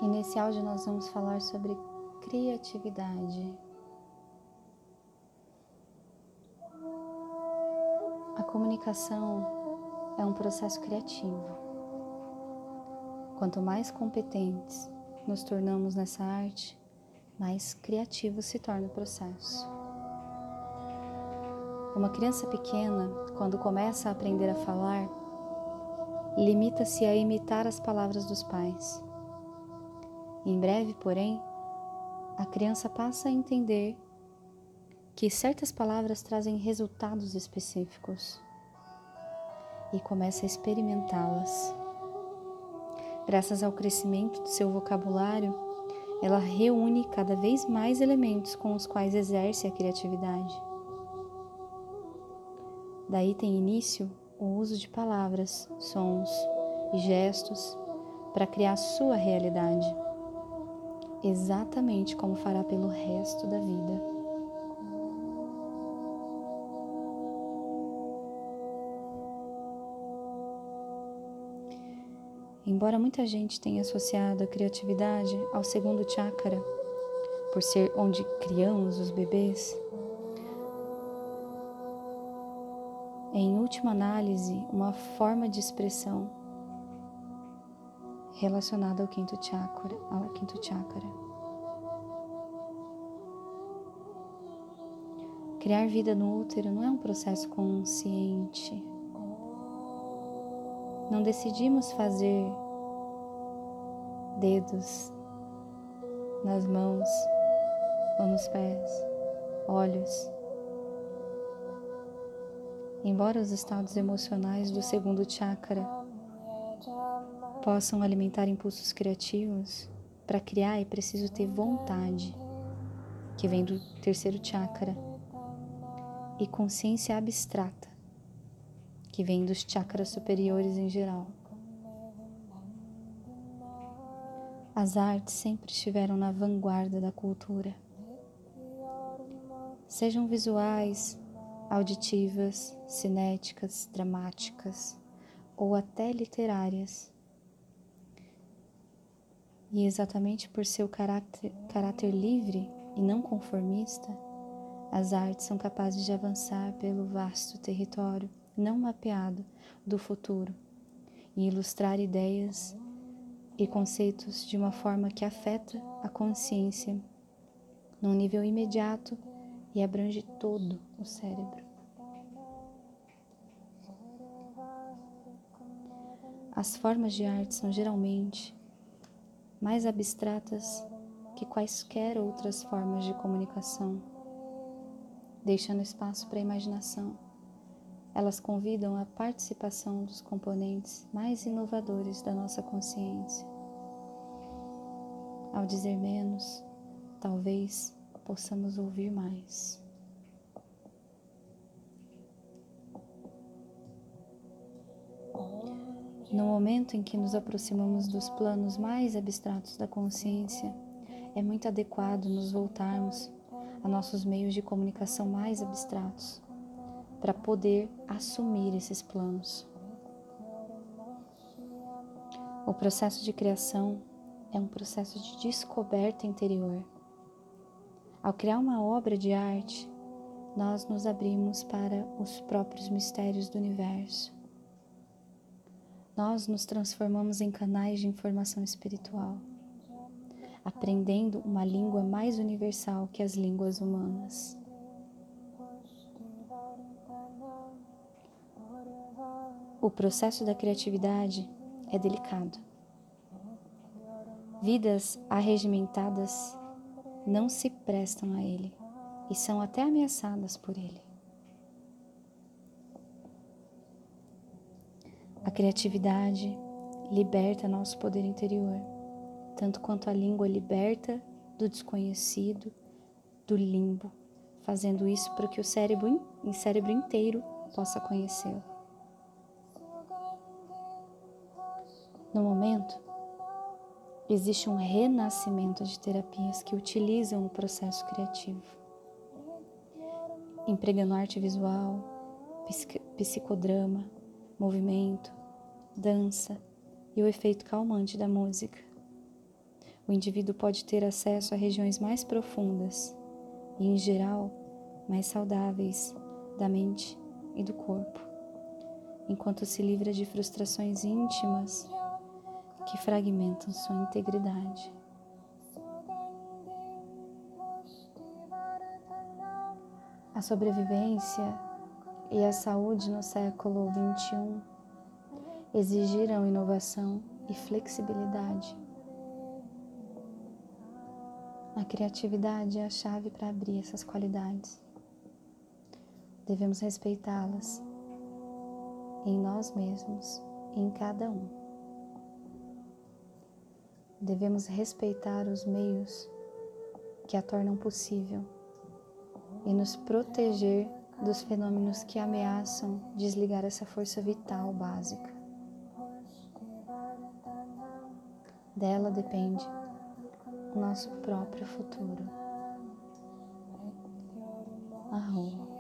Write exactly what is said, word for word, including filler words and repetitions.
E nesse áudio nós vamos falar sobre criatividade. A comunicação é um processo criativo. Quanto mais competentes nos tornamos nessa arte, mais criativo se torna o processo. Uma criança pequena, quando começa a aprender a falar, limita-se a imitar as palavras dos pais. Em breve, porém, a criança passa a entender que certas palavras trazem resultados específicos e começa a experimentá-las. Graças ao crescimento do seu vocabulário, ela reúne cada vez mais elementos com os quais exerce a criatividade. Daí tem início o uso de palavras, sons e gestos para criar sua realidade, exatamente como fará pelo resto da vida. Embora muita gente tenha associado a criatividade ao segundo chakra, por ser onde criamos os bebês, é, em última análise, uma forma de expressão relacionada ao quinto chakra, ao quinto chakra. Criar vida no útero não é um processo consciente. Não decidimos fazer dedos nas mãos ou nos pés, olhos. Embora os estados emocionais do segundo chakra possam alimentar impulsos criativos, para criar é preciso ter vontade, que vem do terceiro chakra, e consciência abstrata, que vem dos chakras superiores em geral. As artes sempre estiveram na vanguarda da cultura. Sejam visuais, auditivas, cinéticas, dramáticas ou até literárias. E exatamente por seu caráter, caráter livre e não conformista, as artes são capazes de avançar pelo vasto território não mapeado do futuro e ilustrar ideias e conceitos de uma forma que afeta a consciência num nível imediato e abrange todo o cérebro. As formas de arte são geralmente mais abstratas que quaisquer outras formas de comunicação, deixando espaço para a imaginação. Elas convidam a participação dos componentes mais inovadores da nossa consciência. Ao dizer menos, talvez possamos ouvir mais. No momento em que nos aproximamos dos planos mais abstratos da consciência, é muito adequado nos voltarmos a nossos meios de comunicação mais abstratos, para poder assumir esses planos. O processo de criação é um processo de descoberta interior. Ao criar uma obra de arte, nós nos abrimos para os próprios mistérios do universo. Nós nos transformamos em canais de informação espiritual, aprendendo uma língua mais universal que as línguas humanas. O processo da criatividade é delicado. Vidas arregimentadas não se prestam a ele e são até ameaçadas por ele. A criatividade liberta nosso poder interior, tanto quanto a língua liberta do desconhecido, do limbo, fazendo isso para que o cérebro, o cérebro inteiro possa conhecê-lo. No momento, existe um renascimento de terapias que utilizam o processo criativo, empregando arte visual, psicodrama, movimento, dança e o efeito calmante da música. o indivíduo pode ter acesso a regiões mais profundas e, em geral, mais saudáveis da mente e do corpo, enquanto se livra de frustrações íntimas que fragmentam sua integridade. A sobrevivência e a saúde no século vinte e um exigiram inovação e flexibilidade. A criatividade é a chave para abrir essas qualidades. Devemos respeitá-las em nós mesmos e em cada um. Devemos respeitar os meios que a tornam possível e nos proteger dos fenômenos que ameaçam desligar essa força vital básica. Dela depende o nosso próprio futuro. Arroa.